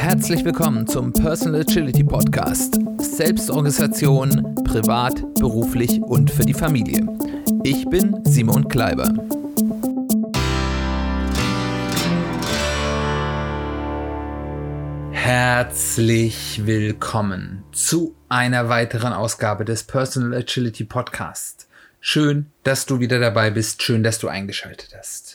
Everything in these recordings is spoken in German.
Herzlich willkommen zum Personal Agility Podcast. Selbstorganisation, privat, beruflich und für die Familie. Ich bin Simon Kleiber. Herzlich willkommen zu einer weiteren Ausgabe des Personal Agility Podcast. Schön, dass du wieder dabei bist. Schön, dass du eingeschaltet hast.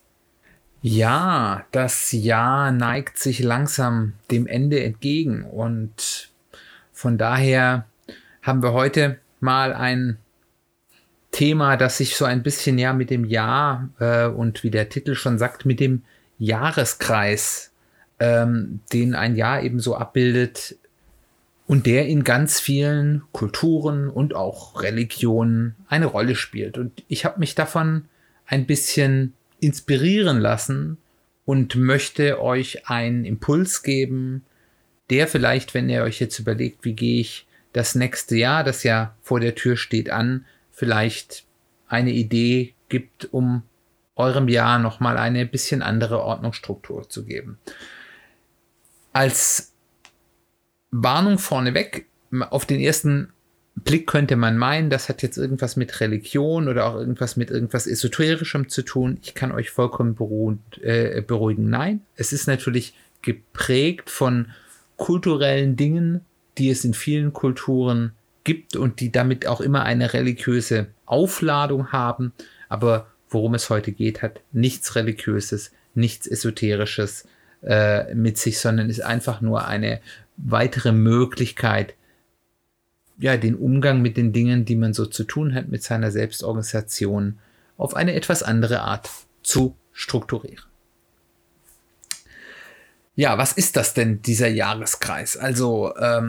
Ja, das Jahr neigt sich langsam dem Ende entgegen und von daher haben wir heute mal ein Thema, das sich so ein bisschen mit dem Jahr und wie der Titel schon sagt, mit dem Jahreskreis, den ein Jahr eben so abbildet und der in ganz vielen Kulturen und auch Religionen eine Rolle spielt. Und ich habe mich davon ein bisschen inspirieren lassen und möchte euch einen Impuls geben, der vielleicht, wenn ihr euch jetzt überlegt, wie gehe ich das nächste Jahr, das ja vor der Tür steht, an, vielleicht eine Idee gibt, um eurem Jahr nochmal eine bisschen andere Ordnungsstruktur zu geben. Als Warnung vorneweg, auf den ersten Blick könnte man meinen, das hat jetzt irgendwas mit Religion oder auch irgendwas mit irgendwas Esoterischem zu tun. Ich kann euch vollkommen beruhigen. Nein, es ist natürlich geprägt von kulturellen Dingen, die es in vielen Kulturen gibt und die damit auch immer eine religiöse Aufladung haben. Aber worum es heute geht, hat nichts Religiöses, nichts Esoterisches mit sich, sondern ist einfach nur eine weitere Möglichkeit, den Umgang mit den Dingen, die man so zu tun hat, mit seiner Selbstorganisation auf eine etwas andere Art zu strukturieren. Ja, was ist das denn, dieser Jahreskreis? Also,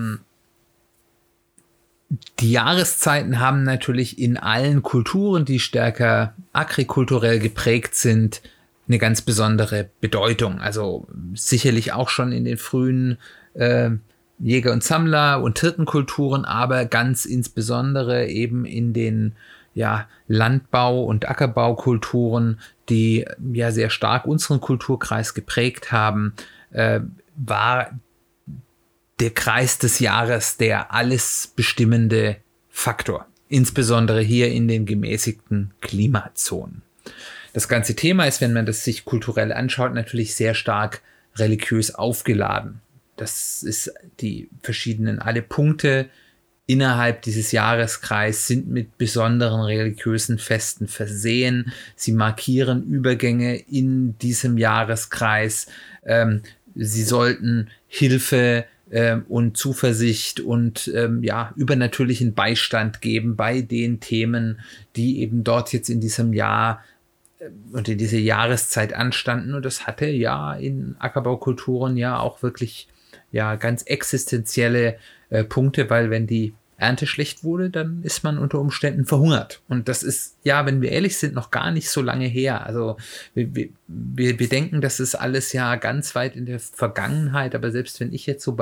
die Jahreszeiten haben natürlich in allen Kulturen, die stärker agrikulturell geprägt sind, eine ganz besondere Bedeutung. Also sicherlich auch schon in den frühen Jäger- und Sammler- und Hirtenkulturen, aber ganz insbesondere eben in den Landbau- und Ackerbaukulturen, die sehr stark unseren Kulturkreis geprägt haben, war der Kreis des Jahres der alles bestimmende Faktor, insbesondere hier in den gemäßigten Klimazonen. Das ganze Thema ist, wenn man das sich kulturell anschaut, natürlich sehr stark religiös aufgeladen. Das ist alle Punkte innerhalb dieses Jahreskreises sind mit besonderen religiösen Festen versehen. Sie markieren Übergänge in diesem Jahreskreis. Sie sollten Hilfe und Zuversicht und übernatürlichen Beistand geben bei den Themen, die eben dort jetzt in diesem Jahr und in dieser Jahreszeit anstanden. Und das hatte in Ackerbaukulturen auch wirklich ganz existenzielle Punkte, weil wenn die Ernte schlecht wurde, dann ist man unter Umständen verhungert. Und das ist, wenn wir ehrlich sind, noch gar nicht so lange her. Also wir denken, das ist alles ganz weit in der Vergangenheit, aber selbst wenn ich jetzt so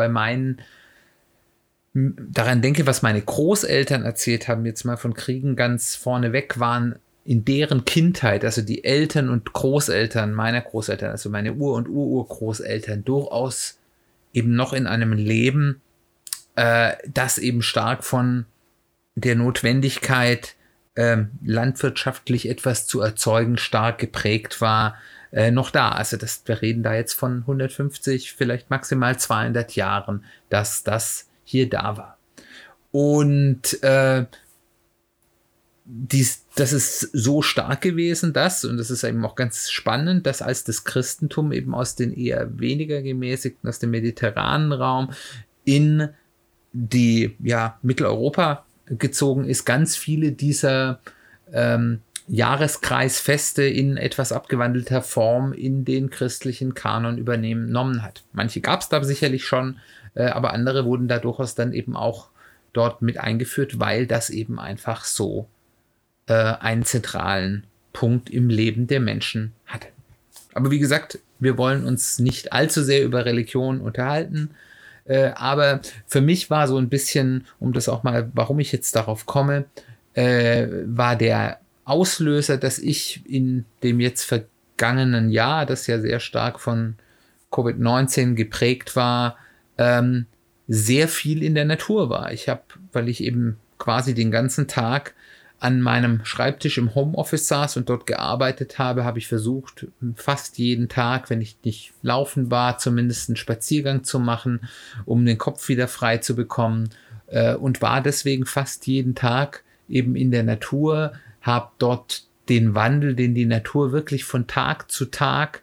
daran denke, was meine Großeltern erzählt haben, jetzt mal von Kriegen ganz vorneweg, waren in deren Kindheit, also die Eltern und Großeltern meiner Großeltern, also meine Ur- und Urgroßeltern, durchaus eben noch in einem Leben, das eben stark von der Notwendigkeit, landwirtschaftlich etwas zu erzeugen, stark geprägt war, noch da. Also wir reden da jetzt von 150, vielleicht maximal 200 Jahren, dass das hier da war. Und das ist so stark gewesen, und das ist eben auch ganz spannend, dass als das Christentum eben aus den eher weniger gemäßigten, aus dem mediterranen Raum in die Mitteleuropa gezogen ist, ganz viele dieser Jahreskreisfeste in etwas abgewandelter Form in den christlichen Kanon übernommen hat. Manche gab es da sicherlich schon, aber andere wurden da durchaus dann eben auch dort mit eingeführt, weil das eben einfach so einen zentralen Punkt im Leben der Menschen hatte. Aber wie gesagt, wir wollen uns nicht allzu sehr über Religion unterhalten, aber für mich war so ein bisschen, warum ich jetzt darauf komme, war der Auslöser, dass ich in dem jetzt vergangenen Jahr, das ja sehr stark von Covid-19 geprägt war, sehr viel in der Natur war. Weil ich eben quasi den ganzen Tag an meinem Schreibtisch im Homeoffice saß und dort gearbeitet habe, habe ich versucht, fast jeden Tag, wenn ich nicht laufen war, zumindest einen Spaziergang zu machen, um den Kopf wieder frei zu bekommen, und war deswegen fast jeden Tag eben in der Natur, habe dort den Wandel, den die Natur wirklich von Tag zu Tag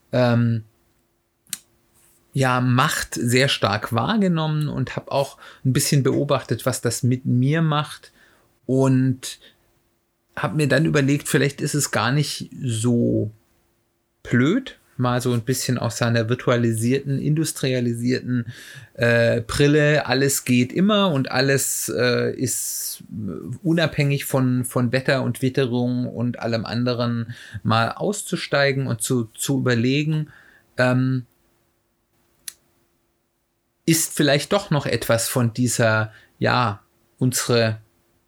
macht, sehr stark wahrgenommen und habe auch ein bisschen beobachtet, was das mit mir macht, und habe mir dann überlegt, vielleicht ist es gar nicht so blöd, mal so ein bisschen aus seiner virtualisierten, industrialisierten Brille, alles geht immer und alles ist unabhängig von Wetter und Witterung und allem anderen, mal auszusteigen und zu überlegen, ist vielleicht doch noch etwas von dieser, unsere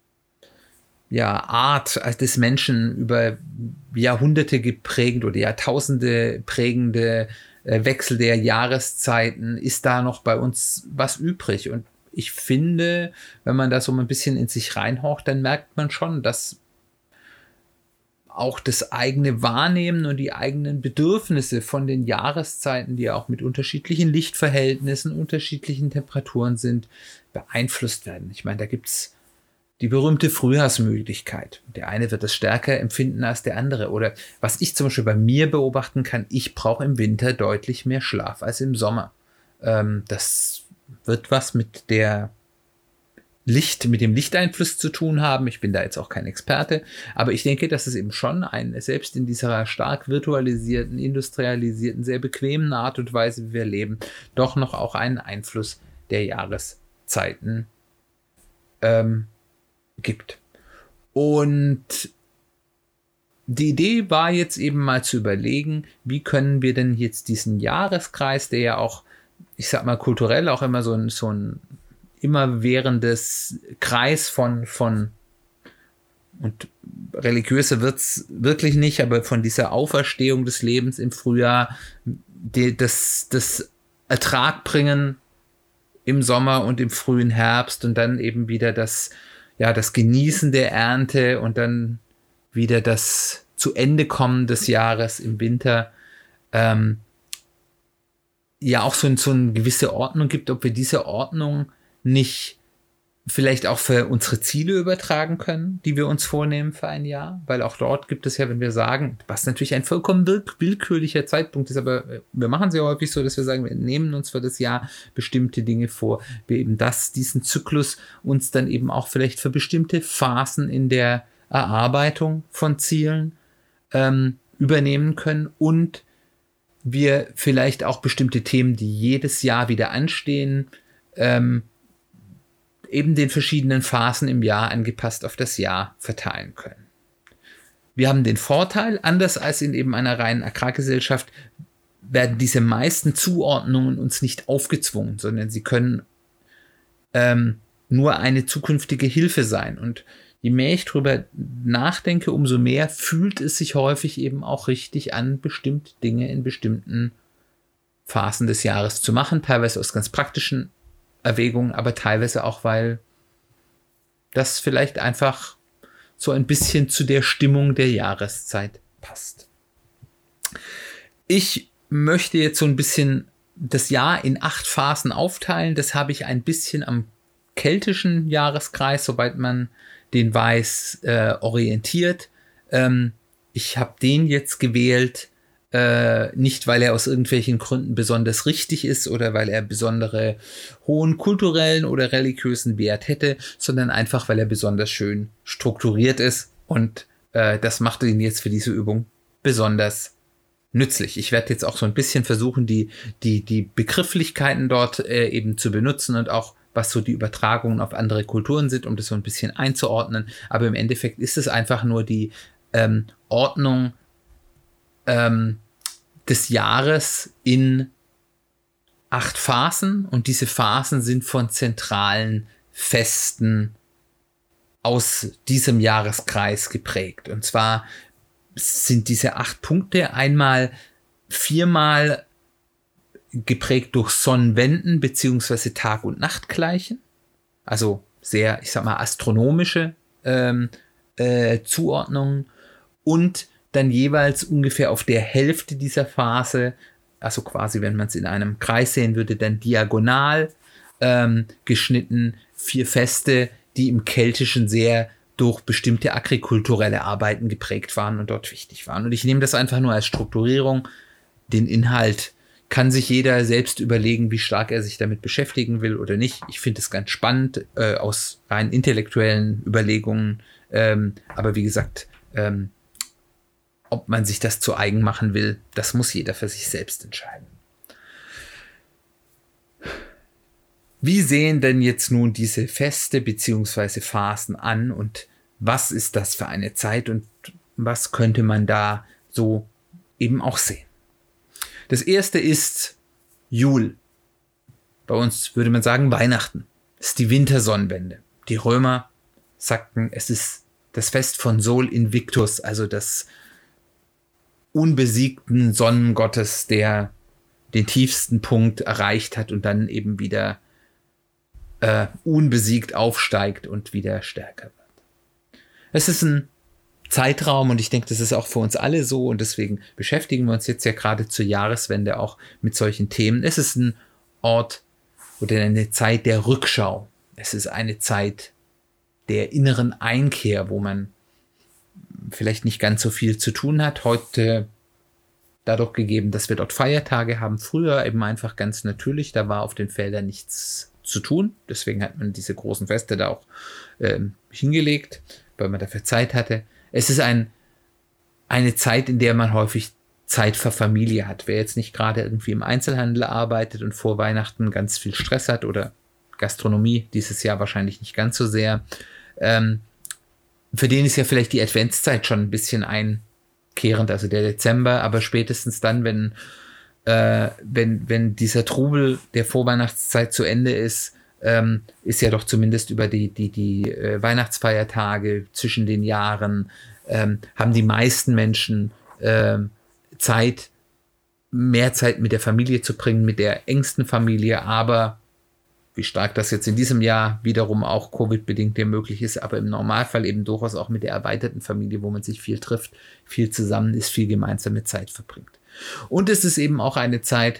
Art des Menschen über Jahrhunderte geprägt oder Jahrtausende prägende Wechsel der Jahreszeiten, ist da noch bei uns was übrig. Und ich finde, wenn man da so ein bisschen in sich reinhorcht, dann merkt man schon, dass auch das eigene Wahrnehmen und die eigenen Bedürfnisse von den Jahreszeiten, die ja auch mit unterschiedlichen Lichtverhältnissen, unterschiedlichen Temperaturen sind, beeinflusst werden. Ich meine, da gibt's die berühmte Frühjahrsmüdigkeit. Der eine wird es stärker empfinden als der andere. Oder was ich zum Beispiel bei mir beobachten kann, ich brauche im Winter deutlich mehr Schlaf als im Sommer. Das wird was mit dem Lichteinfluss zu tun haben. Ich bin da jetzt auch kein Experte, aber ich denke, dass es eben schon selbst in dieser stark virtualisierten, industrialisierten, sehr bequemen Art und Weise, wie wir leben, doch noch auch einen Einfluss der Jahreszeiten gibt. Und die Idee war jetzt eben mal zu überlegen, wie können wir denn jetzt diesen Jahreskreis, der ja auch, ich sag mal, kulturell auch immer so ein immerwährendes Kreis von und religiöser wird's wirklich nicht, aber von dieser Auferstehung des Lebens im Frühjahr, das Ertrag bringen im Sommer und im frühen Herbst und dann eben wieder das Genießen der Ernte und dann wieder das zu Ende kommen des Jahres im Winter, auch so eine gewisse Ordnung gibt, ob wir diese Ordnung nicht vielleicht auch für unsere Ziele übertragen können, die wir uns vornehmen für ein Jahr, weil auch dort gibt es ja, wenn wir sagen, was natürlich ein vollkommen willkürlicher Zeitpunkt ist, aber wir machen es ja häufig so, dass wir sagen, wir nehmen uns für das Jahr bestimmte Dinge vor, wir eben diesen Zyklus uns dann eben auch vielleicht für bestimmte Phasen in der Erarbeitung von Zielen übernehmen können und wir vielleicht auch bestimmte Themen, die jedes Jahr wieder anstehen, eben den verschiedenen Phasen im Jahr angepasst auf das Jahr verteilen können. Wir haben den Vorteil, anders als in eben einer reinen Agrargesellschaft, werden diese meisten Zuordnungen uns nicht aufgezwungen, sondern sie können nur eine zukünftige Hilfe sein. Und je mehr ich drüber nachdenke, umso mehr fühlt es sich häufig eben auch richtig an, bestimmte Dinge in bestimmten Phasen des Jahres zu machen, teilweise aus ganz praktischen Erwägungen, aber teilweise auch, weil das vielleicht einfach so ein bisschen zu der Stimmung der Jahreszeit passt. Ich möchte jetzt so ein bisschen das Jahr in 8 Phasen aufteilen. Das habe ich ein bisschen am keltischen Jahreskreis, soweit man den weiß, orientiert. Ich habe den jetzt gewählt, nicht, weil er aus irgendwelchen Gründen besonders richtig ist oder weil er besondere hohen kulturellen oder religiösen Wert hätte, sondern einfach, weil er besonders schön strukturiert ist und das macht ihn jetzt für diese Übung besonders nützlich. Ich werde jetzt auch so ein bisschen versuchen, die Begrifflichkeiten dort eben zu benutzen und auch was so die Übertragungen auf andere Kulturen sind, um das so ein bisschen einzuordnen. Aber im Endeffekt ist es einfach nur die Ordnung des Jahres in 8 Phasen und diese Phasen sind von zentralen Festen aus diesem Jahreskreis geprägt. Und zwar sind diese 8 Punkte einmal 4-mal geprägt durch Sonnenwenden bzw. Tag- und Nachtgleichen, also sehr, ich sag mal, astronomische Zuordnungen, und dann jeweils ungefähr auf der Hälfte dieser Phase, also quasi, wenn man es in einem Kreis sehen würde, dann diagonal geschnitten 4 Feste, die im Keltischen sehr durch bestimmte agrikulturelle Arbeiten geprägt waren und dort wichtig waren. Und ich nehme das einfach nur als Strukturierung. Den Inhalt kann sich jeder selbst überlegen, wie stark er sich damit beschäftigen will oder nicht. Ich finde es ganz spannend aus rein intellektuellen Überlegungen. Aber wie gesagt, ob man sich das zu eigen machen will, das muss jeder für sich selbst entscheiden. Wie sehen denn jetzt nun diese Feste bzw. Phasen an und was ist das für eine Zeit und was könnte man da so eben auch sehen? Das erste ist Jul. Bei uns würde man sagen Weihnachten. Das ist die Wintersonnenwende. Die Römer sagten, es ist das Fest von Sol Invictus, also des unbesiegten Sonnengottes, der den tiefsten Punkt erreicht hat und dann eben wieder unbesiegt aufsteigt und wieder stärker wird. Es ist ein Zeitraum und ich denke, das ist auch für uns alle so und deswegen beschäftigen wir uns jetzt ja gerade zur Jahreswende auch mit solchen Themen. Es ist ein Ort oder eine Zeit der Rückschau. Es ist eine Zeit der inneren Einkehr, wo man vielleicht nicht ganz so viel zu tun hat. Heute dadurch gegeben, dass wir dort Feiertage haben. Früher eben einfach ganz natürlich, da war auf den Feldern nichts zu tun. Deswegen hat man diese großen Feste da auch hingelegt, weil man dafür Zeit hatte. Es ist eine Zeit, in der man häufig Zeit für Familie hat. Wer jetzt nicht gerade irgendwie im Einzelhandel arbeitet und vor Weihnachten ganz viel Stress hat oder Gastronomie dieses Jahr wahrscheinlich nicht ganz so sehr, für den ist ja vielleicht die Adventszeit schon ein bisschen einkehrend, also der Dezember, aber spätestens dann, wenn dieser Trubel der Vorweihnachtszeit zu Ende ist, ist ja doch zumindest über die Weihnachtsfeiertage zwischen den Jahren, haben die meisten Menschen Zeit, mehr Zeit mit der Familie zu bringen, mit der engsten Familie, aber wie stark das jetzt in diesem Jahr wiederum auch Covid-bedingt möglich ist, aber im Normalfall eben durchaus auch mit der erweiterten Familie, wo man sich viel trifft, viel zusammen ist, viel gemeinsame Zeit verbringt. Und es ist eben auch eine Zeit,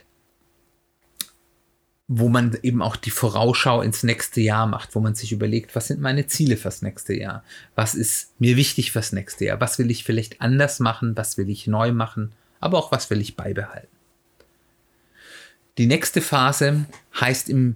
wo man eben auch die Vorausschau ins nächste Jahr macht, wo man sich überlegt, was sind meine Ziele fürs nächste Jahr? Was ist mir wichtig fürs nächste Jahr? Was will ich vielleicht anders machen? Was will ich neu machen? Aber auch was will ich beibehalten? Die nächste Phase heißt im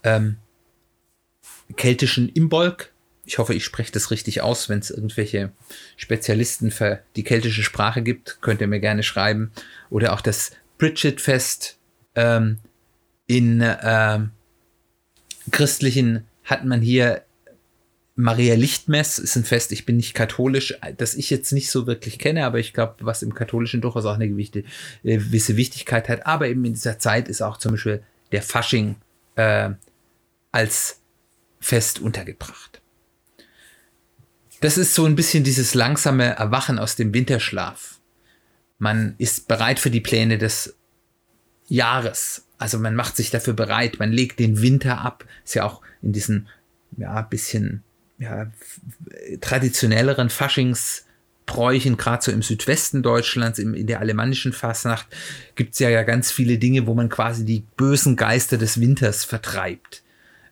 keltischen Imbolc. Ich hoffe, ich spreche das richtig aus. Wenn es irgendwelche Spezialisten für die keltische Sprache gibt, könnt ihr mir gerne schreiben. Oder auch das Bridget-Fest. In christlichen hat man hier Maria Lichtmess, ist ein Fest, ich bin nicht katholisch, das ich jetzt nicht so wirklich kenne, aber ich glaube, was im Katholischen durchaus auch eine gewisse Wichtigkeit hat. Aber eben in dieser Zeit ist auch zum Beispiel der Fasching als Fest untergebracht. Das ist so ein bisschen dieses langsame Erwachen aus dem Winterschlaf. Man ist bereit für die Pläne des Jahres. Also man macht sich dafür bereit, man legt den Winter ab. Ist ja auch in diesen bisschen traditionelleren Faschingsbräuchen, gerade so im Südwesten Deutschlands, in der alemannischen Fasnacht, gibt es ja ganz viele Dinge, wo man quasi die bösen Geister des Winters vertreibt.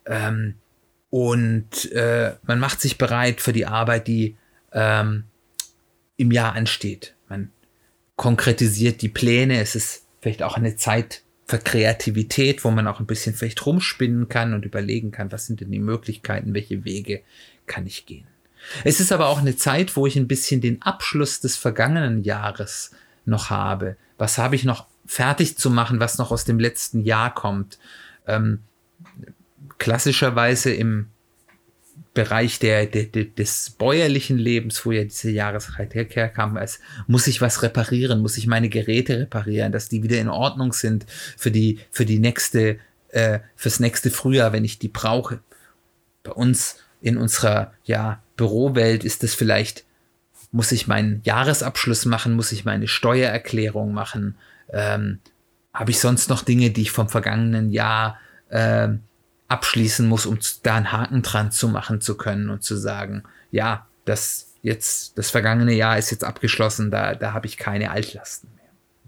Und man macht sich bereit für die Arbeit, die im Jahr ansteht. Man konkretisiert die Pläne. Es ist vielleicht auch eine Zeit für Kreativität, wo man auch ein bisschen vielleicht rumspinnen kann und überlegen kann, was sind denn die Möglichkeiten, welche Wege kann ich gehen. Es ist aber auch eine Zeit, wo ich ein bisschen den Abschluss des vergangenen Jahres noch habe. Was habe ich noch fertig zu machen, was noch aus dem letzten Jahr kommt? Klassischerweise im Bereich des bäuerlichen Lebens, wo ja diese Jahreszeit herkam, als muss ich was reparieren, muss ich meine Geräte reparieren, dass die wieder in Ordnung sind fürs nächste Frühjahr, wenn ich die brauche. Bei uns in unserer Bürowelt ist es vielleicht, muss ich meinen Jahresabschluss machen, muss ich meine Steuererklärung machen, habe ich sonst noch Dinge, die ich vom vergangenen Jahr abschließen muss, um da einen Haken dran zu machen zu können und zu sagen, ja, das vergangene Jahr ist jetzt abgeschlossen, da habe ich keine Altlasten mehr.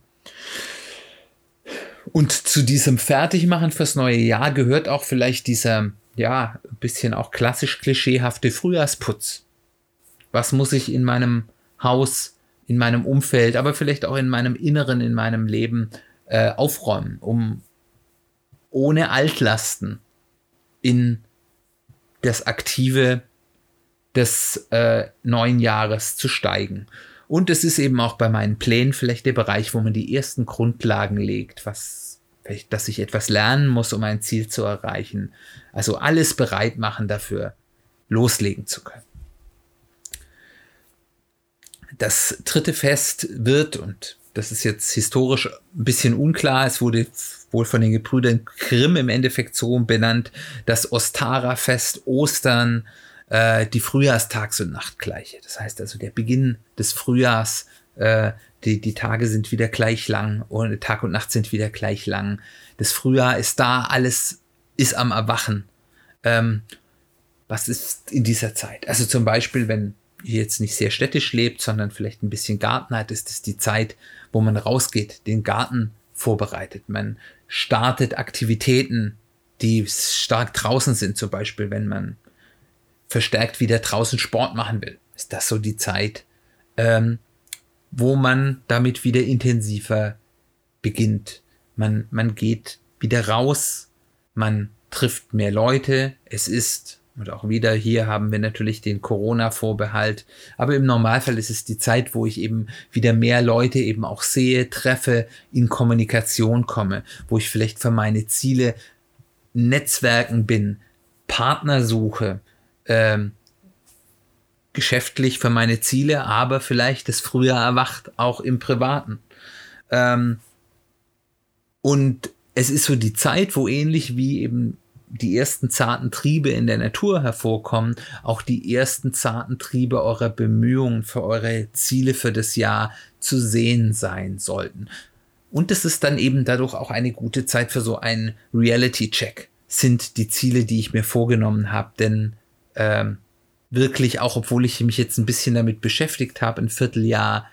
Und zu diesem Fertigmachen fürs neue Jahr gehört auch vielleicht dieser, ja, ein bisschen auch klassisch klischeehafte Frühjahrsputz. Was muss ich in meinem Haus, in meinem Umfeld, aber vielleicht auch in meinem Inneren, in meinem Leben aufräumen, um ohne Altlasten in das Aktive des neuen Jahres zu steigen. Und es ist eben auch bei meinen Plänen vielleicht der Bereich, wo man die ersten Grundlagen legt, dass ich etwas lernen muss, um ein Ziel zu erreichen. Also alles bereit machen dafür, loslegen zu können. Das dritte Fest wird, und das ist jetzt historisch ein bisschen unklar, es wurde wohl von den Gebrüdern Grimm im Endeffekt so benannt, das Ostara-Fest, Ostern, die Frühjahrstags- und Nachtgleiche. Das heißt also der Beginn des Frühjahrs, die Tage sind wieder gleich lang und Tag und Nacht sind wieder gleich lang. Das Frühjahr ist da, alles ist am Erwachen. Was ist in dieser Zeit? Also zum Beispiel, wenn ihr jetzt nicht sehr städtisch lebt, sondern vielleicht ein bisschen Garten hat, ist es die Zeit, wo man rausgeht, den Garten vorbereitet. Man startet Aktivitäten, die stark draußen sind, zum Beispiel, wenn man verstärkt wieder draußen Sport machen will. Ist das so die Zeit, wo man damit wieder intensiver beginnt. Man geht wieder raus, man trifft mehr Leute, es ist, und auch wieder hier haben wir natürlich den Corona-Vorbehalt, aber im Normalfall ist es die Zeit, wo ich eben wieder mehr Leute eben auch sehe, treffe, in Kommunikation komme, wo ich vielleicht für meine Ziele Netzwerken bin, Partner suche, geschäftlich für meine Ziele, aber vielleicht das Frühjahr erwacht, auch im Privaten. Und es ist so die Zeit, wo ähnlich wie eben die ersten zarten Triebe in der Natur hervorkommen, auch die ersten zarten Triebe eurer Bemühungen für eure Ziele für das Jahr zu sehen sein sollten. Und es ist dann eben dadurch auch eine gute Zeit für so einen Reality-Check. Sind die Ziele, die ich mir vorgenommen habe, denn wirklich, auch obwohl ich mich jetzt ein bisschen damit beschäftigt habe, ein Vierteljahr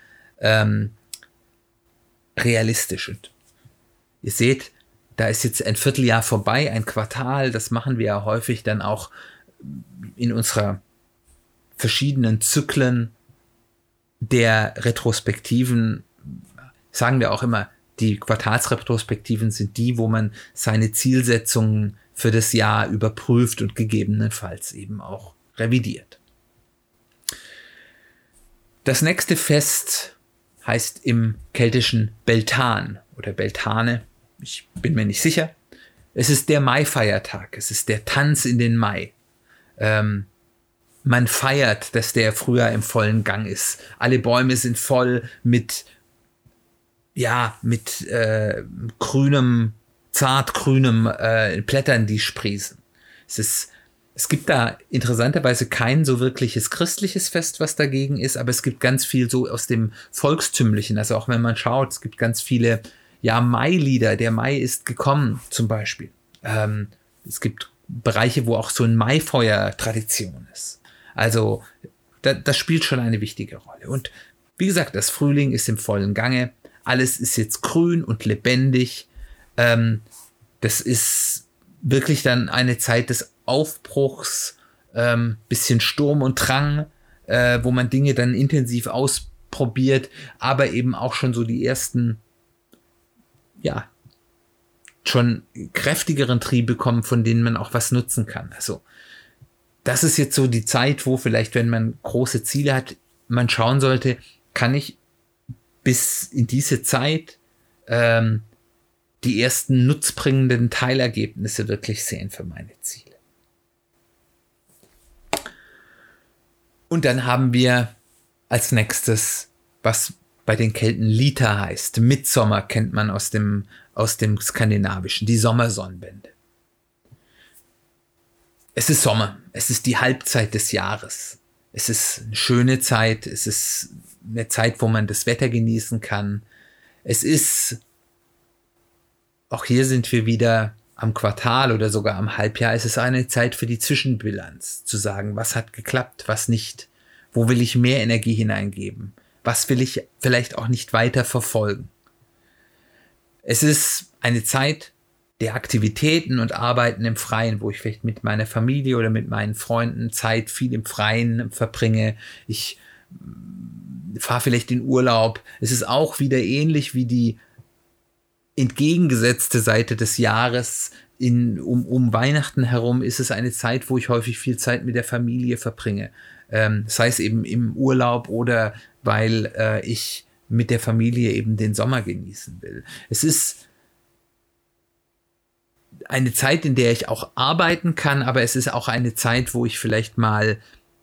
realistisch. Und ihr seht, da ist jetzt ein Vierteljahr vorbei, ein Quartal, das machen wir ja häufig dann auch in unserer verschiedenen Zyklen der Retrospektiven, sagen wir auch immer, die Quartalsretrospektiven sind die, wo man seine Zielsetzungen für das Jahr überprüft und gegebenenfalls eben auch revidiert. Das nächste Fest heißt im Keltischen Beltan oder Beltane. Ich bin mir nicht sicher. Es ist der Mai-Feiertag. Es ist der Tanz in den Mai. Man feiert, dass der Frühjahr im vollen Gang ist. Alle Bäume sind voll mit grünem, zartgrünem Blättern, die sprießen. Es gibt da interessanterweise kein so wirkliches christliches Fest, was dagegen ist, aber es gibt ganz viel so aus dem Volkstümlichen. Also auch wenn man schaut, es gibt ganz viele Mai-Lieder. Der Mai ist gekommen zum Beispiel. Es gibt Bereiche, wo auch so ein Maifeuer-Tradition ist. Also das spielt schon eine wichtige Rolle. Und wie gesagt, das Frühling ist im vollen Gange. Alles ist jetzt grün und lebendig. Das ist wirklich dann eine Zeit des Aufbruchs, bisschen Sturm und Drang, wo man Dinge dann intensiv ausprobiert, aber eben auch schon so die ersten, schon kräftigeren Triebe kommen, von denen man auch was nutzen kann. Also das ist jetzt so die Zeit, wo vielleicht, wenn man große Ziele hat, man schauen sollte, kann ich bis in diese Zeit die ersten nutzbringenden Teilergebnisse wirklich sehen für meine Ziele. Und dann haben wir als nächstes, was bei den Kelten Lita heißt. Mitsommer kennt man aus dem Skandinavischen, die Sommersonnenwende. Es ist Sommer, es ist die Halbzeit des Jahres. Es ist eine schöne Zeit, es ist eine Zeit, wo man das Wetter genießen kann. Es ist auch hier sind wir wieder am Quartal oder sogar am Halbjahr. Es ist eine Zeit für die Zwischenbilanz, zu sagen, was hat geklappt, was nicht, wo will ich mehr Energie hineingeben, was will ich vielleicht auch nicht weiter verfolgen. Es ist eine Zeit der Aktivitäten und Arbeiten im Freien, wo ich vielleicht mit meiner Familie oder mit meinen Freunden Zeit viel im Freien verbringe. Ich fahre vielleicht in Urlaub. Es ist auch wieder ähnlich wie die entgegengesetzte Seite des Jahres. Um Weihnachten herum ist es eine Zeit, wo ich häufig viel Zeit mit der Familie verbringe. Sei es eben im Urlaub oder weil ich mit der Familie eben den Sommer genießen will. Es ist eine Zeit, in der ich auch arbeiten kann, aber es ist auch eine Zeit, wo ich vielleicht mal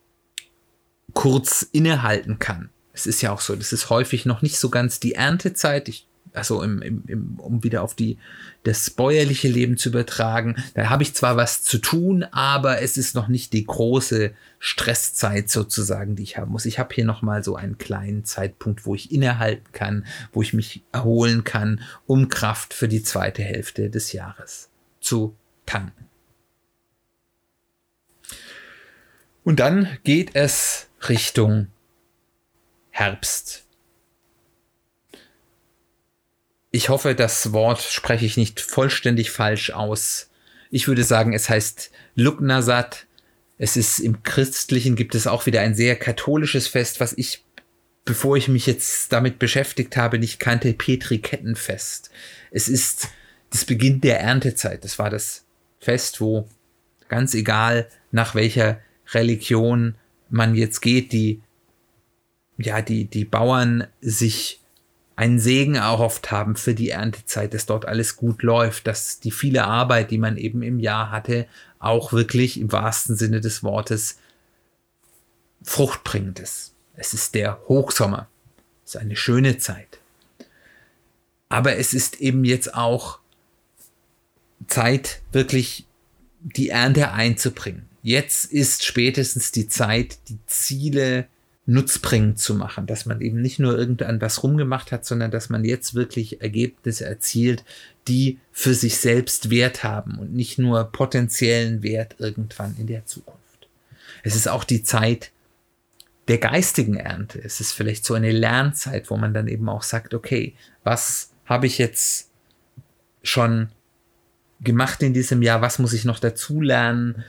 kurz innehalten kann. Es ist ja auch so, das ist häufig noch nicht so ganz die Erntezeit. Um wieder auf das bäuerliche Leben zu übertragen, da habe ich zwar was zu tun, aber es ist noch nicht die große Stresszeit sozusagen, die ich haben muss. Ich habe hier nochmal so einen kleinen Zeitpunkt, wo ich innehalten kann, wo ich mich erholen kann, um Kraft für die zweite Hälfte des Jahres zu tanken. Und dann geht es Richtung Herbst. Ich hoffe, das Wort spreche ich nicht vollständig falsch aus. Ich würde sagen, es heißt Lugnasad. Es ist im Christlichen, gibt es auch wieder ein sehr katholisches Fest, was ich, bevor ich mich jetzt damit beschäftigt habe, nicht kannte, Petri-Kettenfest. Es ist das Beginn der Erntezeit. Das war das Fest, wo ganz egal, nach welcher Religion man jetzt geht, die Bauern sich einen Segen erhofft haben für die Erntezeit, dass dort alles gut läuft, dass die viele Arbeit, die man eben im Jahr hatte, auch wirklich im wahrsten Sinne des Wortes fruchtbringend ist. Es ist der Hochsommer. Es ist eine schöne Zeit. Aber es ist eben jetzt auch Zeit, wirklich die Ernte einzubringen. Jetzt ist spätestens die Zeit, die Ziele nutzbringend zu machen, dass man eben nicht nur irgendwann was rumgemacht hat, sondern dass man jetzt wirklich Ergebnisse erzielt, die für sich selbst Wert haben und nicht nur potenziellen Wert irgendwann in der Zukunft. Es ist auch die Zeit der geistigen Ernte. Es ist vielleicht so eine Lernzeit, wo man dann eben auch sagt, okay, was habe ich jetzt schon gemacht in diesem Jahr, was muss ich noch dazu lernen,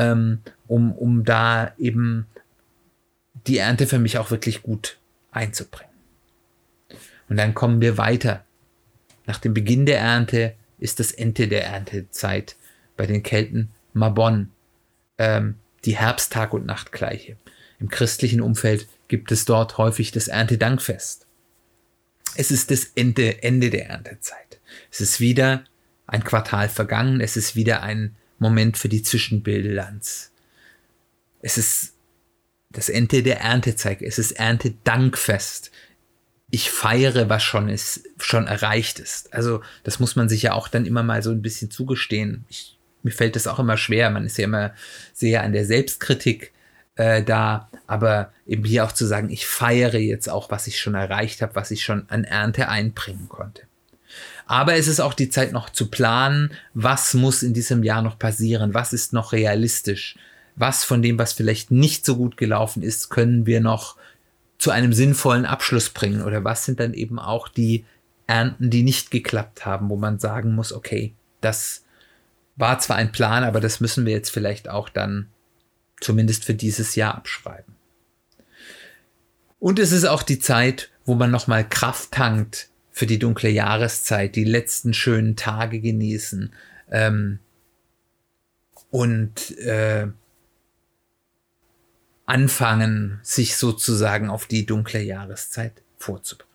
um da eben die Ernte für mich auch wirklich gut einzubringen. Und dann kommen wir weiter. Nach dem Beginn der Ernte ist das Ende der Erntezeit. Bei den Kelten Mabon, die Herbsttag- und Nachtgleiche. Im christlichen Umfeld gibt es dort häufig das Erntedankfest. Es ist das Ende der Erntezeit. Es ist wieder ein Quartal vergangen. Es ist wieder ein Moment für die Zwischenbilanz. Es ist das Ende der Erntezeit, es ist Erntedankfest. Ich feiere, was schon erreicht ist. Also das muss man sich ja auch dann immer mal so ein bisschen zugestehen. Mir fällt das auch immer schwer. Man ist ja immer sehr an der Selbstkritik da, aber eben hier auch zu sagen, ich feiere jetzt auch, was ich schon erreicht habe, was ich schon an Ernte einbringen konnte. Aber es ist auch die Zeit noch zu planen, was muss in diesem Jahr noch passieren, was ist noch realistisch. Was von dem, was vielleicht nicht so gut gelaufen ist, können wir noch zu einem sinnvollen Abschluss bringen? Oder was sind dann eben auch die Ernten, die nicht geklappt haben, wo man sagen muss, okay, das war zwar ein Plan, aber das müssen wir jetzt vielleicht auch dann zumindest für dieses Jahr abschreiben. Und es ist auch die Zeit, wo man nochmal Kraft tankt für die dunkle Jahreszeit, die letzten schönen Tage genießen und anfangen, sich sozusagen auf die dunkle Jahreszeit vorzubereiten.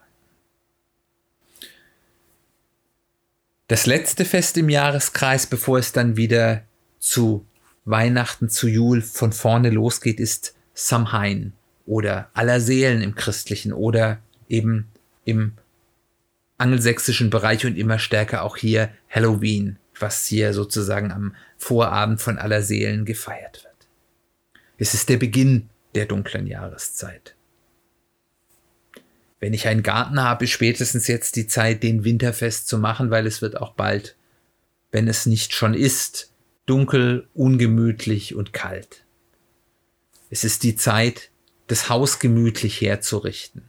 Das letzte Fest im Jahreskreis, bevor es dann wieder zu Weihnachten, zu Jul von vorne losgeht, ist Samhain oder Allerseelen im Christlichen oder eben im angelsächsischen Bereich und immer stärker auch hier Halloween, was hier sozusagen am Vorabend von Allerseelen gefeiert wird. Es ist der Beginn der dunklen Jahreszeit. Wenn ich einen Garten habe, ist spätestens jetzt die Zeit, den winterfest zu machen, weil es wird auch bald wenn es nicht schon ist, dunkel, ungemütlich und kalt. Es ist die Zeit, das Haus gemütlich herzurichten,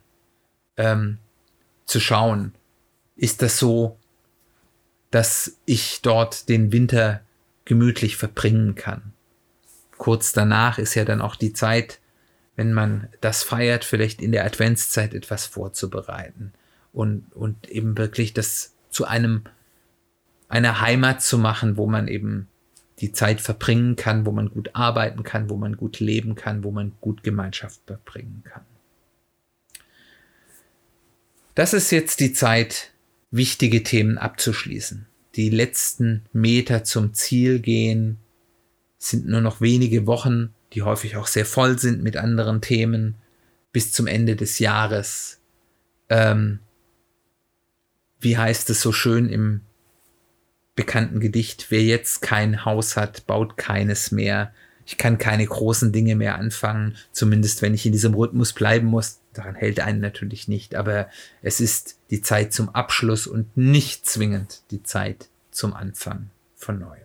zu schauen, ist das so, dass ich dort den Winter gemütlich verbringen kann. Kurz danach ist ja dann auch die Zeit, wenn man das feiert, vielleicht in der Adventszeit etwas vorzubereiten und eben wirklich das zu einer Heimat zu machen, wo man eben die Zeit verbringen kann, wo man gut arbeiten kann, wo man gut leben kann, wo man gut Gemeinschaft verbringen kann. Das ist jetzt die Zeit, wichtige Themen abzuschließen. Die letzten Meter zum Ziel gehen, sind nur noch wenige Wochen, die häufig auch sehr voll sind mit anderen Themen, bis zum Ende des Jahres. Wie heißt es so schön im bekannten Gedicht, wer jetzt kein Haus hat, baut keines mehr. Ich kann keine großen Dinge mehr anfangen, zumindest wenn ich in diesem Rhythmus bleiben muss. Daran hält einen natürlich nicht, aber es ist die Zeit zum Abschluss und nicht zwingend die Zeit zum Anfang von Neuem.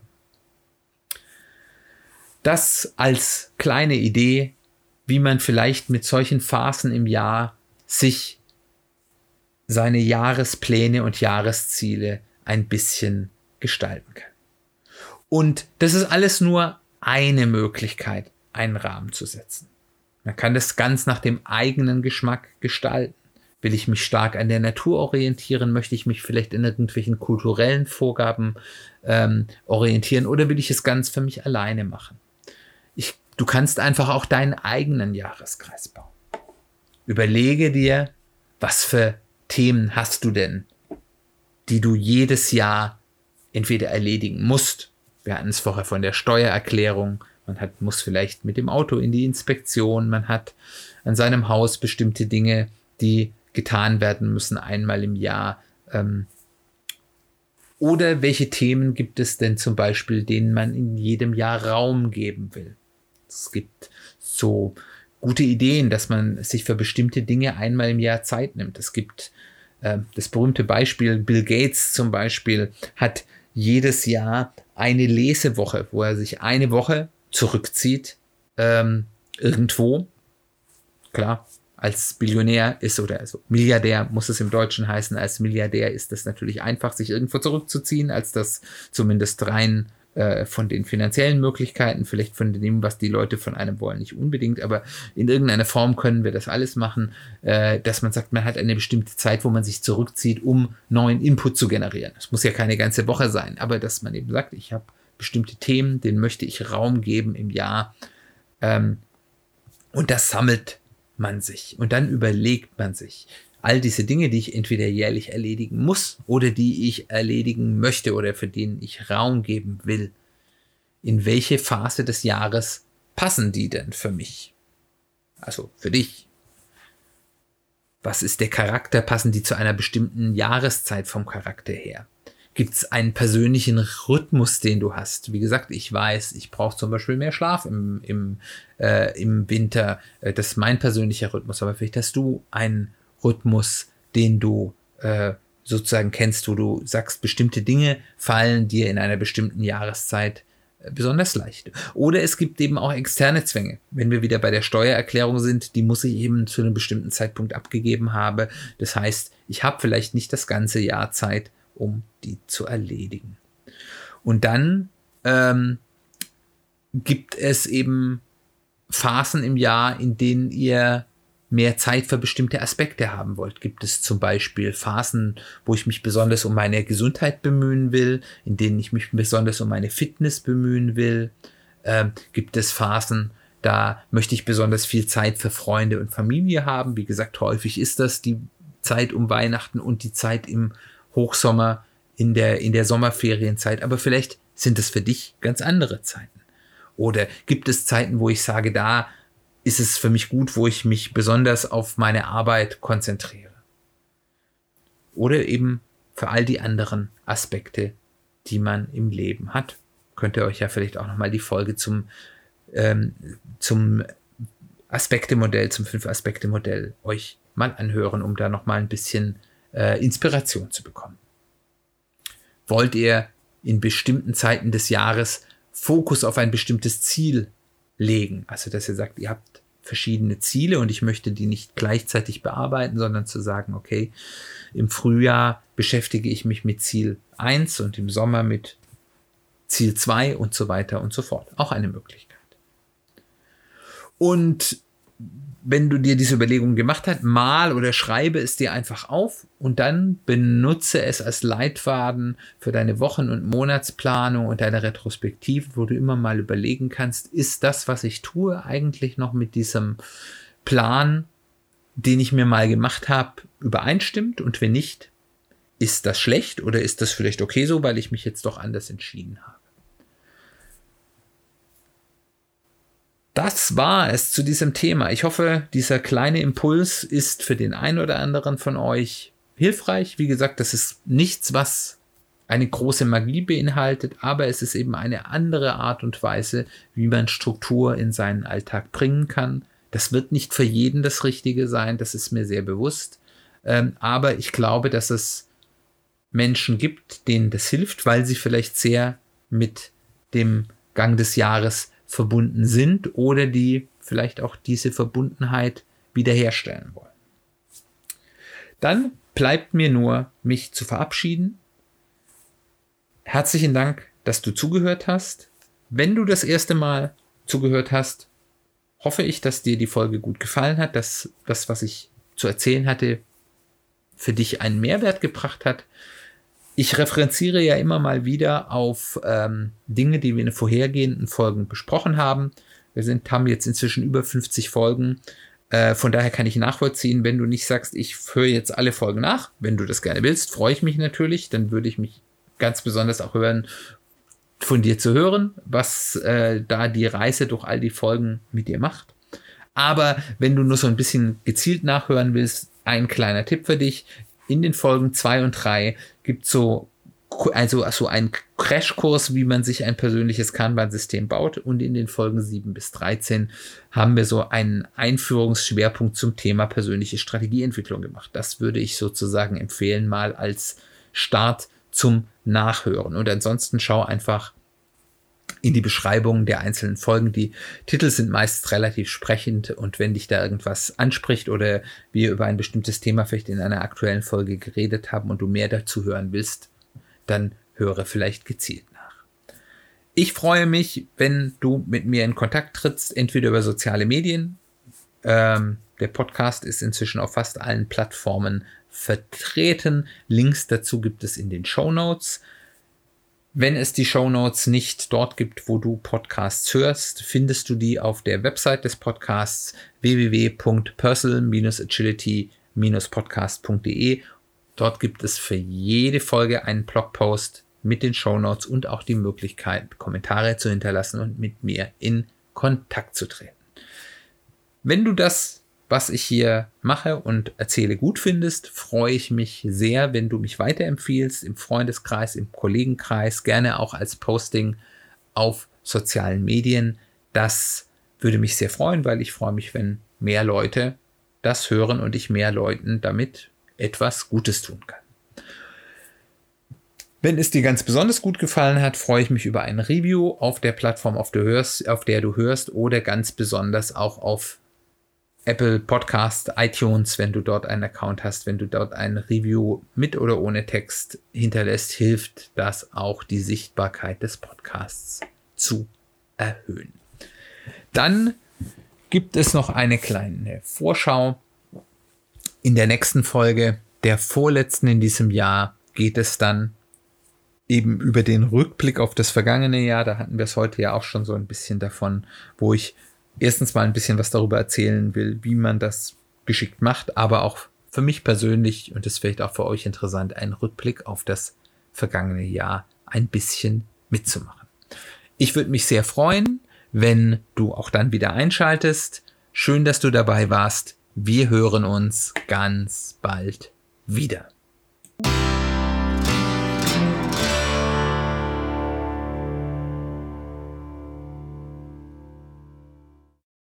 Das als kleine Idee, wie man vielleicht mit solchen Phasen im Jahr sich seine Jahrespläne und Jahresziele ein bisschen gestalten kann. Und das ist alles nur eine Möglichkeit, einen Rahmen zu setzen. Man kann das ganz nach dem eigenen Geschmack gestalten. Will ich mich stark an der Natur orientieren? Möchte ich mich vielleicht in irgendwelchen kulturellen Vorgaben orientieren? Oder will ich es ganz für mich alleine machen? Du kannst einfach auch deinen eigenen Jahreskreis bauen. Überlege dir, was für Themen hast du denn, die du jedes Jahr entweder erledigen musst. Wir hatten es vorher von der Steuererklärung. Muss vielleicht mit dem Auto in die Inspektion. Man hat an seinem Haus bestimmte Dinge, die getan werden müssen einmal im Jahr. Oder welche Themen gibt es denn zum Beispiel, denen man in jedem Jahr Raum geben will? Es gibt so gute Ideen, dass man sich für bestimmte Dinge einmal im Jahr Zeit nimmt. Es gibt das berühmte Beispiel, Bill Gates zum Beispiel hat jedes Jahr eine Lesewoche, wo er sich eine Woche zurückzieht, irgendwo. Klar, als Billionär ist oder also Milliardär muss es im Deutschen heißen, als Milliardär ist es natürlich einfach, sich irgendwo zurückzuziehen, als das zumindest rein von den finanziellen Möglichkeiten, vielleicht von dem, was die Leute von einem wollen, nicht unbedingt, aber in irgendeiner Form können wir das alles machen, dass man sagt, man hat eine bestimmte Zeit, wo man sich zurückzieht, um neuen Input zu generieren. Das muss ja keine ganze Woche sein, aber dass man eben sagt, ich habe bestimmte Themen, denen möchte ich Raum geben im Jahr, und das sammelt man sich und dann überlegt man sich, all diese Dinge, die ich entweder jährlich erledigen muss oder die ich erledigen möchte oder für denen ich Raum geben will. In welche Phase des Jahres passen die denn für mich? Also für dich. Was ist der Charakter? Passen die zu einer bestimmten Jahreszeit vom Charakter her? Gibt es einen persönlichen Rhythmus, den du hast? Wie gesagt, ich weiß, ich brauche zum Beispiel mehr Schlaf im Winter. Das ist mein persönlicher Rhythmus. Aber vielleicht hast du einen Rhythmus, den du sozusagen kennst, wo du sagst, bestimmte Dinge fallen dir in einer bestimmten Jahreszeit besonders leicht. Oder es gibt eben auch externe Zwänge. Wenn wir wieder bei der Steuererklärung sind, die muss ich eben zu einem bestimmten Zeitpunkt abgegeben haben. Das heißt, ich habe vielleicht nicht das ganze Jahr Zeit, um die zu erledigen. Und dann gibt es eben Phasen im Jahr, in denen ihr mehr Zeit für bestimmte Aspekte haben wollt. Gibt es zum Beispiel Phasen, wo ich mich besonders um meine Gesundheit bemühen will, in denen ich mich besonders um meine Fitness bemühen will? Gibt es Phasen, da möchte ich besonders viel Zeit für Freunde und Familie haben? Wie gesagt, häufig ist das die Zeit um Weihnachten und die Zeit im Hochsommer, in der Sommerferienzeit. Aber vielleicht sind es für dich ganz andere Zeiten. Oder gibt es Zeiten, wo ich sage, da ist es für mich gut, wo ich mich besonders auf meine Arbeit konzentriere. Oder eben für all die anderen Aspekte, die man im Leben hat. Könnt ihr euch ja vielleicht auch nochmal die Folge zum Aspektemodell, zum 5-Aspekte-Modell euch mal anhören, um da nochmal ein bisschen Inspiration zu bekommen. Wollt ihr in bestimmten Zeiten des Jahres Fokus auf ein bestimmtes Ziel legen. Also, dass ihr sagt, ihr habt verschiedene Ziele und ich möchte die nicht gleichzeitig bearbeiten, sondern zu sagen, okay, im Frühjahr beschäftige ich mich mit Ziel 1 und im Sommer mit Ziel 2 und so weiter und so fort. Auch eine Möglichkeit. Und wenn du dir diese Überlegung gemacht hast, mal oder schreibe es dir einfach auf und dann benutze es als Leitfaden für deine Wochen- und Monatsplanung und deine Retrospektive, wo du immer mal überlegen kannst, ist das, was ich tue, eigentlich noch mit diesem Plan, den ich mir mal gemacht habe, übereinstimmt? Und wenn nicht, ist das schlecht oder ist das vielleicht okay so, weil ich mich jetzt doch anders entschieden habe? Das war es zu diesem Thema. Ich hoffe, dieser kleine Impuls ist für den einen oder anderen von euch hilfreich. Wie gesagt, das ist nichts, was eine große Magie beinhaltet, aber es ist eben eine andere Art und Weise, wie man Struktur in seinen Alltag bringen kann. Das wird nicht für jeden das Richtige sein, das ist mir sehr bewusst. Aber ich glaube, dass es Menschen gibt, denen das hilft, weil sie vielleicht sehr mit dem Gang des Jahres verbunden sind oder die vielleicht auch diese Verbundenheit wiederherstellen wollen. Dann bleibt mir nur, mich zu verabschieden. Herzlichen Dank, dass du zugehört hast. Wenn du das erste Mal zugehört hast, hoffe ich, dass dir die Folge gut gefallen hat, dass das, was ich zu erzählen hatte, für dich einen Mehrwert gebracht hat. Ich referenziere ja immer mal wieder auf Dinge, die wir in den vorhergehenden Folgen besprochen haben. Wir haben jetzt inzwischen über 50 Folgen. Von daher kann ich nachvollziehen, wenn du nicht sagst, ich höre jetzt alle Folgen nach. Wenn du das gerne willst, freue ich mich natürlich. Dann würde ich mich ganz besonders auch hören, von dir zu hören, was da die Reise durch all die Folgen mit dir macht. Aber wenn du nur so ein bisschen gezielt nachhören willst, ein kleiner Tipp für dich. In den Folgen 2 und 3 gibt es so einen Crashkurs, wie man sich ein persönliches Kanban-System baut. Und in den Folgen 7 bis 13 haben wir so einen Einführungsschwerpunkt zum Thema persönliche Strategieentwicklung gemacht. Das würde ich sozusagen empfehlen, mal als Start zum Nachhören. Und ansonsten schau einfach in die Beschreibung der einzelnen Folgen. Die Titel sind meist relativ sprechend und wenn dich da irgendwas anspricht oder wir über ein bestimmtes Thema vielleicht in einer aktuellen Folge geredet haben und du mehr dazu hören willst, dann höre vielleicht gezielt nach. Ich freue mich, wenn du mit mir in Kontakt trittst, entweder über soziale Medien. Der Podcast ist inzwischen auf fast allen Plattformen vertreten. Links dazu gibt es in den Shownotes. Wenn es die Shownotes nicht dort gibt, wo du Podcasts hörst, findest du die auf der Website des Podcasts www.personal-agility-podcast.de. Dort gibt es für jede Folge einen Blogpost mit den Shownotes und auch die Möglichkeit, Kommentare zu hinterlassen und mit mir in Kontakt zu treten. Wenn du das, was ich hier mache und erzähle, gut findest, freue ich mich sehr, wenn du mich weiterempfiehlst im Freundeskreis, im Kollegenkreis, gerne auch als Posting auf sozialen Medien. Das würde mich sehr freuen, weil ich freue mich, wenn mehr Leute das hören und ich mehr Leuten damit etwas Gutes tun kann. Wenn es dir ganz besonders gut gefallen hat, freue ich mich über ein Review auf der Plattform, auf der du hörst oder ganz besonders auch auf Apple Podcast, iTunes, wenn du dort einen Account hast, wenn du dort ein Review mit oder ohne Text hinterlässt, hilft das auch, die Sichtbarkeit des Podcasts zu erhöhen. Dann gibt es noch eine kleine Vorschau. In der nächsten Folge, der vorletzten in diesem Jahr, geht es dann eben über den Rückblick auf das vergangene Jahr. Da hatten wir es heute ja auch schon so ein bisschen davon, wo ich erstens mal ein bisschen was darüber erzählen will, wie man das geschickt macht, aber auch für mich persönlich, und das ist vielleicht auch für euch interessant, einen Rückblick auf das vergangene Jahr ein bisschen mitzumachen. Ich würde mich sehr freuen, wenn du auch dann wieder einschaltest. Schön, dass du dabei warst. Wir hören uns ganz bald wieder.